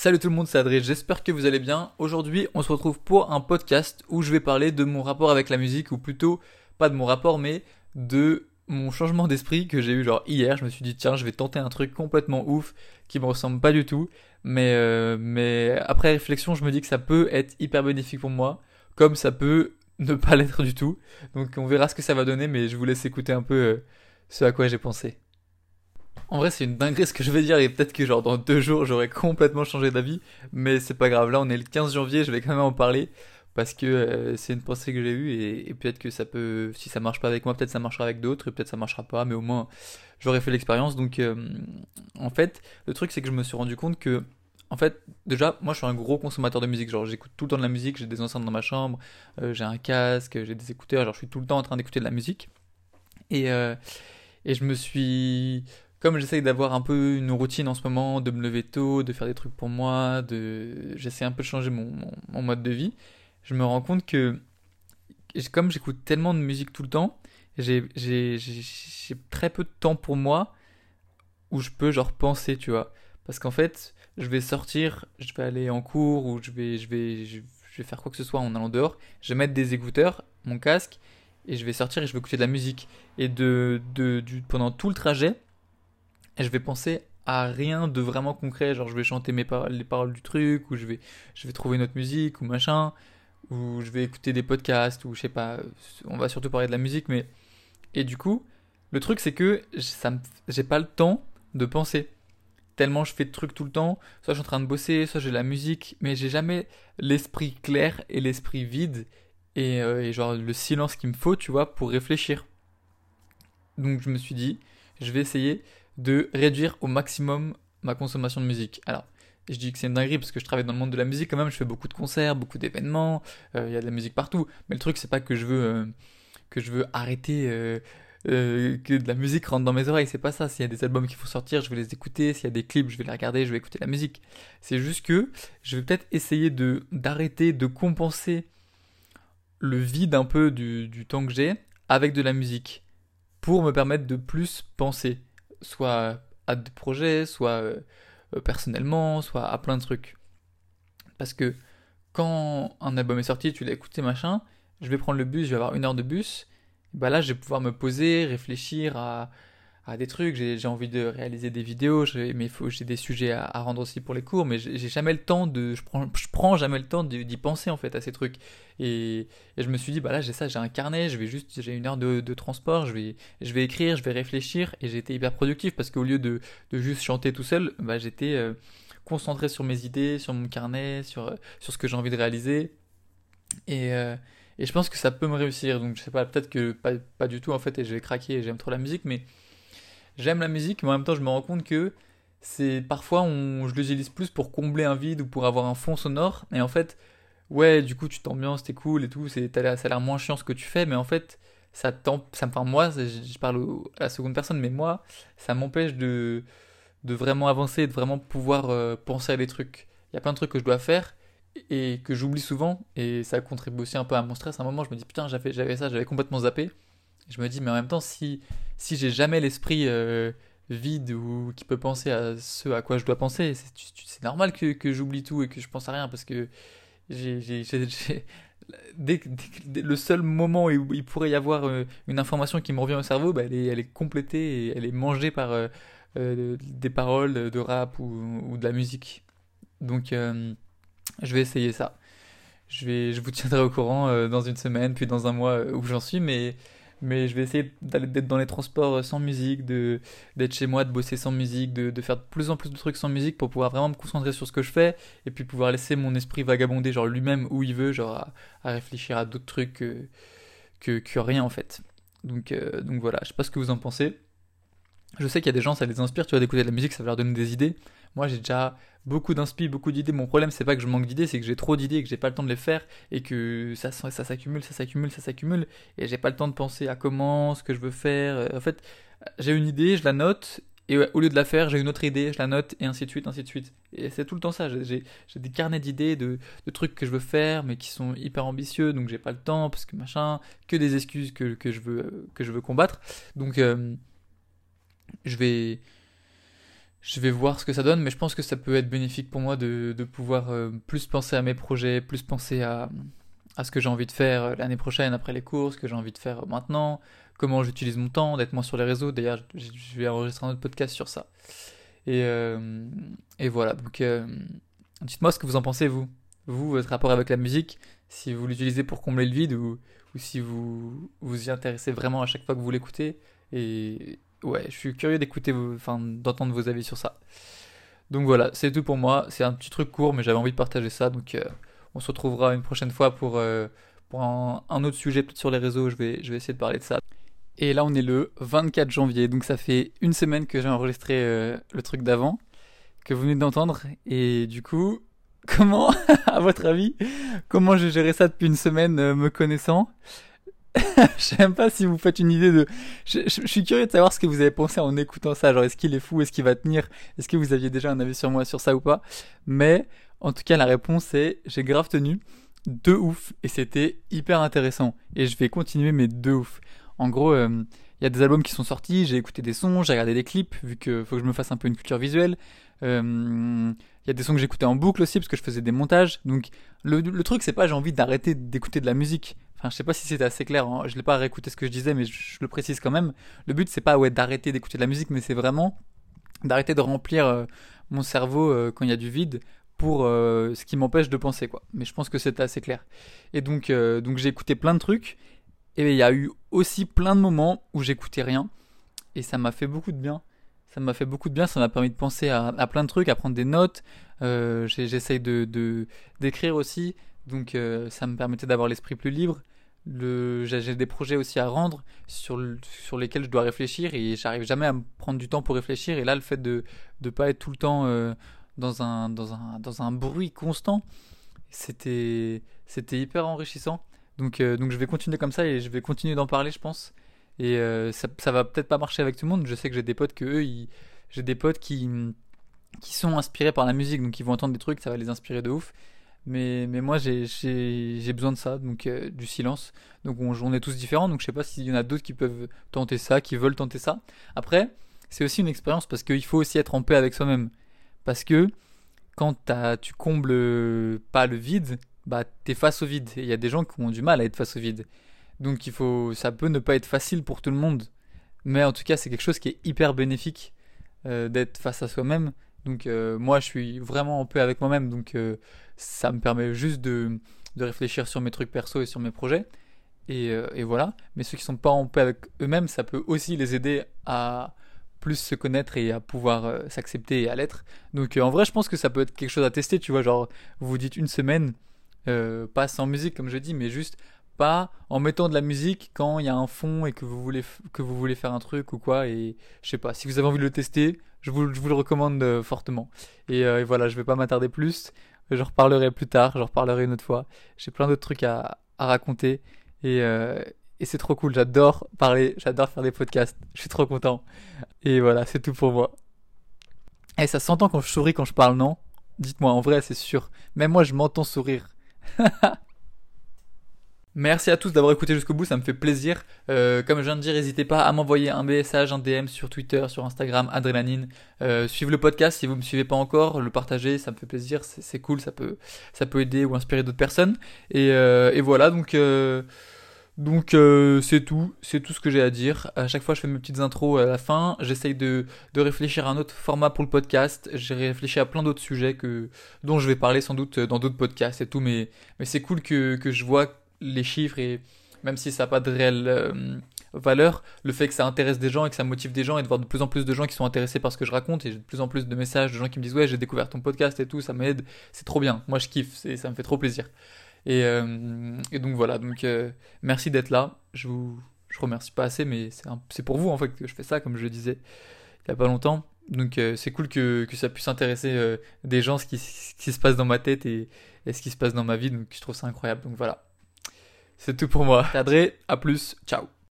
Salut tout le monde, c'est Adré, j'espère que vous allez bien. Aujourd'hui, on se retrouve pour un podcast où je vais parler de mon rapport avec la musique, ou plutôt, pas de mon rapport, mais de mon changement d'esprit que j'ai eu genre hier. Je me suis dit, tiens, je vais tenter un truc complètement ouf qui me ressemble pas du tout. Mais après réflexion, je me dis que ça peut être hyper bénéfique pour moi, comme ça peut ne pas l'être du tout. Donc on verra ce que ça va donner, mais je vous laisse écouter un peu ce à quoi j'ai pensé. En vrai, c'est une dinguerie ce que je vais dire et peut-être que genre dans 2 jours j'aurai complètement changé d'avis, mais c'est pas grave. Là, on est le 15 janvier, je vais quand même en parler parce que c'est une pensée que j'ai eue et peut-être que ça peut, si ça marche pas avec moi, peut-être ça marchera avec d'autres et peut-être ça marchera pas, mais au moins j'aurais fait l'expérience. Donc en fait, le truc c'est que je me suis rendu compte que en fait, déjà, moi je suis un gros consommateur de musique. Genre, j'écoute tout le temps de la musique, j'ai des enceintes dans ma chambre, j'ai un casque, j'ai des écouteurs, genre je suis tout le temps en train d'écouter de la musique. Et, euh, et je me suis... Comme j'essaye d'avoir un peu une routine en ce moment, de me lever tôt, de faire des trucs pour moi, j'essaie un peu de changer mon mode de vie, je me rends compte que comme j'écoute tellement de musique tout le temps, j'ai très peu de temps pour moi où je peux genre penser, tu vois. Parce qu'en fait, je vais sortir, je vais aller en cours ou je vais faire quoi que ce soit en allant dehors, je vais mettre des écouteurs, mon casque, et je vais sortir et je vais écouter de la musique. Et pendant tout le trajet, et je vais penser à rien de vraiment concret, genre je vais chanter les paroles du truc, ou je vais trouver une autre musique, ou machin, ou je vais écouter des podcasts, ou je sais pas, on va surtout parler de la musique, mais... Et du coup, le truc c'est que j'ai pas le temps de penser. Tellement je fais de trucs tout le temps, soit je suis en train de bosser, soit j'ai la musique, mais j'ai jamais l'esprit clair et l'esprit vide, et genre le silence qu'il me faut, tu vois, pour réfléchir. Donc je me suis dit, je vais essayer de réduire au maximum ma consommation de musique. Alors, je dis que c'est une dinguerie parce que je travaille dans le monde de la musique quand même, je fais beaucoup de concerts, beaucoup d'événements, il y a de la musique partout. Mais le truc, c'est pas que je veux arrêter, que de la musique rentre dans mes oreilles, c'est pas ça. S'il y a des albums qu'il faut sortir, je vais les écouter. S'il y a des clips, je vais les regarder, je vais écouter la musique. C'est juste que je vais peut-être essayer d'arrêter, de compenser le vide un peu du temps que j'ai avec de la musique pour me permettre de plus penser, soit à des projets, soit personnellement, soit à plein de trucs. Parce que quand un album est sorti, tu l'as écouté, machin, je vais prendre le bus, je vais avoir 1 heure de bus, bah là je vais pouvoir me poser, réfléchir à des trucs, j'ai envie de réaliser des vidéos, mais j'ai des sujets à rendre aussi pour les cours, mais j'ai jamais le temps je prends jamais le temps d'y penser en fait à ces trucs. Et je me suis dit, bah là j'ai ça, j'ai un carnet, j'ai 1 heure de transport, je vais écrire, je vais réfléchir, et j'ai été hyper productif parce qu'au lieu de juste chanter tout seul, bah j'étais concentré sur mes idées, sur mon carnet, sur ce que j'ai envie de réaliser. Et, euh, et je pense que ça peut me réussir, donc je sais pas, peut-être que pas du tout en fait, et je vais craquer, et j'aime trop la musique, mais j'aime la musique, mais en même temps, je me rends compte que c'est parfois je l'utilise plus pour combler un vide ou pour avoir un fond sonore. Et en fait, ouais, du coup, tu t'ambiances, t'es cool et tout, ça a l'air moins chiant ce que tu fais, mais en fait, enfin, moi, je parle à la seconde personne, mais moi, ça m'empêche de vraiment avancer, de vraiment pouvoir penser à des trucs. Il y a plein de trucs que je dois faire et que j'oublie souvent, et ça contribue aussi un peu à mon stress. À un moment, je me dis, putain, j'avais ça, j'avais complètement zappé. Je me dis, mais en même temps, si j'ai jamais l'esprit vide ou qui peut penser à ce à quoi je dois penser, c'est normal que j'oublie tout et que je pense à rien parce que le seul moment où il pourrait y avoir une information qui me revient au cerveau, bah, elle est complétée et elle est mangée par des paroles de rap ou de la musique. Donc, je vais essayer ça. Je vous tiendrai au courant dans une semaine, puis dans un mois où j'en suis, mais je vais essayer d'être dans les transports sans musique, d'être chez moi, de bosser sans musique, de faire de plus en plus de trucs sans musique pour pouvoir vraiment me concentrer sur ce que je fais, et puis pouvoir laisser mon esprit vagabonder, genre lui-même où il veut, genre à réfléchir à d'autres trucs que rien en fait. Donc voilà, je sais pas ce que vous en pensez. Je sais qu'il y a des gens, ça les inspire, tu vois, d'écouter de la musique, ça va leur donner des idées. Moi, j'ai déjà beaucoup d'inspi, beaucoup d'idées. Mon problème, c'est pas que je manque d'idées, c'est que j'ai trop d'idées et que j'ai pas le temps de les faire et que ça s'accumule, ça s'accumule, ça s'accumule et j'ai pas le temps de penser à comment, ce que je veux faire. En fait, j'ai une idée, je la note et au lieu de la faire, j'ai une autre idée, je la note et ainsi de suite, ainsi de suite. Et c'est tout le temps ça. J'ai des carnets d'idées, de trucs que je veux faire, mais qui sont hyper ambitieux, donc j'ai pas le temps parce que machin, que des excuses que je veux combattre. Donc, je vais Je vais voir ce que ça donne, mais je pense que ça peut être bénéfique pour moi de pouvoir plus penser à mes projets, plus penser à ce que j'ai envie de faire l'année prochaine après les cours, ce que j'ai envie de faire maintenant, comment j'utilise mon temps, d'être moins sur les réseaux. D'ailleurs, je vais enregistrer un autre podcast sur ça. Et, euh, et voilà, donc dites-moi ce que vous en pensez, vous. Vous, votre rapport avec la musique, si vous l'utilisez pour combler le vide ou si vous vous y intéressez vraiment à chaque fois que vous l'écoutez. Et ouais, je suis curieux enfin, d'entendre vos avis sur ça. Donc voilà, c'est tout pour moi. C'est un petit truc court, mais j'avais envie de partager ça. Donc on se retrouvera une prochaine fois pour un autre sujet, peut-être sur les réseaux. Je vais essayer de parler de ça. Et là, on est le 24 janvier, donc ça fait une semaine que j'ai enregistré le truc d'avant, que vous venez d'entendre. Et du coup, comment, à votre avis, comment j'ai géré ça depuis une semaine, me connaissant? Je sais même pas si vous faites une idée de. Je suis curieux de savoir ce que vous avez pensé en écoutant ça. Genre, est-ce qu'il est fou? Est-ce qu'il va tenir? Est-ce que vous aviez déjà un avis sur moi sur ça ou pas? Mais en tout cas, la réponse est j'ai grave tenu de ouf et c'était hyper intéressant. Et je vais continuer mes de ouf. En gros, il y a des albums qui sont sortis, j'ai écouté des sons, j'ai regardé des clips, vu que faut que je me fasse un peu une culture visuelle. Il y a des sons que j'écoutais en boucle aussi, parce que je faisais des montages. Donc, le truc, c'est pas j'ai envie d'arrêter d'écouter de la musique. Enfin, je sais pas si c'était assez clair, hein. Je l'ai pas réécouté ce que je disais, mais je le précise quand même. Le but, c'est pas ouais, d'arrêter d'écouter de la musique, mais c'est vraiment d'arrêter de remplir mon cerveau quand il y a du vide pour ce qui m'empêche de penser, quoi. Mais je pense que c'était assez clair. Et donc j'ai écouté plein de trucs. Et il y a eu aussi plein de moments où j'écoutais rien. Et ça m'a fait beaucoup de bien. Ça m'a fait beaucoup de bien, ça m'a permis de penser à plein de trucs, à prendre des notes. J'essaye d'écrire aussi. Donc ça me permettait d'avoir l'esprit plus libre. J'ai des projets aussi à rendre sur lesquels je dois réfléchir et j'arrive jamais à me prendre du temps pour réfléchir. Et là, le fait de ne pas être tout le temps dans un bruit constant, c'était hyper enrichissant. Donc je vais continuer comme ça et je vais continuer d'en parler, je pense. Et ça va peut-être pas marcher avec tout le monde. Je sais que j'ai des potes j'ai des potes qui sont inspirés par la musique, donc ils vont entendre des trucs, ça va les inspirer de ouf. Mais moi j'ai besoin de ça, donc du silence. Donc on est tous différents, donc je sais pas s'il y en a d'autres qui peuvent tenter ça, qui veulent tenter ça. Après, c'est aussi une expérience parce qu'il faut aussi être en paix avec soi-même. Parce que quand tu combles pas le vide, bah t'es face au vide. Et il y a des gens qui ont du mal à être face au vide. Donc ça peut ne pas être facile pour tout le monde. Mais en tout cas, c'est quelque chose qui est hyper bénéfique d'être face à soi-même. Donc moi, je suis vraiment en paix avec moi-même. Donc ça me permet juste de réfléchir sur mes trucs perso et sur mes projets. Et voilà. Mais ceux qui sont pas en paix avec eux-mêmes, ça peut aussi les aider à plus se connaître et à pouvoir s'accepter et à l'être. Donc en vrai, je pense que ça peut être quelque chose à tester. Tu vois, genre vous vous dites une semaine, pas sans musique comme je dis, mais juste pas en mettant de la musique quand il y a un fond et que vous voulez faire un truc ou quoi. Et je sais pas, si vous avez envie de le tester, je vous le recommande fortement. Et voilà, je vais pas m'attarder plus. J'en reparlerai plus tard, j'en reparlerai une autre fois. J'ai plein d'autres trucs à raconter. Et c'est trop cool, j'adore parler, j'adore faire des podcasts. Je suis trop content. Et voilà, c'est tout pour moi. Et ça s'entend quand je souris quand je parle, non? Dites-moi, en vrai, c'est sûr. Même moi, je m'entends sourire. Merci à tous d'avoir écouté jusqu'au bout, ça me fait plaisir. Comme je viens de dire, n'hésitez pas à m'envoyer un message, un DM sur Twitter, sur Instagram, Adrénaline. Suivez le podcast si vous me suivez pas encore, le partager, ça me fait plaisir, c'est cool, ça peut aider ou inspirer d'autres personnes. Et voilà, donc c'est tout ce que j'ai à dire. À chaque fois, je fais mes petites intros à la fin. J'essaye de réfléchir à un autre format pour le podcast. J'ai réfléchi à plein d'autres sujets dont je vais parler sans doute dans d'autres podcasts et tout, mais c'est cool que je vois les chiffres et même si ça n'a pas de réelle valeur, le fait que ça intéresse des gens et que ça motive des gens et de voir de plus en plus de gens qui sont intéressés par ce que je raconte et j'ai de plus en plus de messages de gens qui me disent ouais j'ai découvert ton podcast et tout, ça m'aide, c'est trop bien, moi je kiffe, ça me fait trop plaisir. Et donc voilà, merci d'être là, je remercie pas assez mais c'est pour vous en fait que je fais ça comme je le disais il y a pas longtemps. Donc c'est cool que ça puisse intéresser des gens ce qui se passe dans ma tête et ce qui se passe dans ma vie, donc je trouve ça incroyable. Donc voilà. C'est tout pour moi. Cadré, à plus, ciao.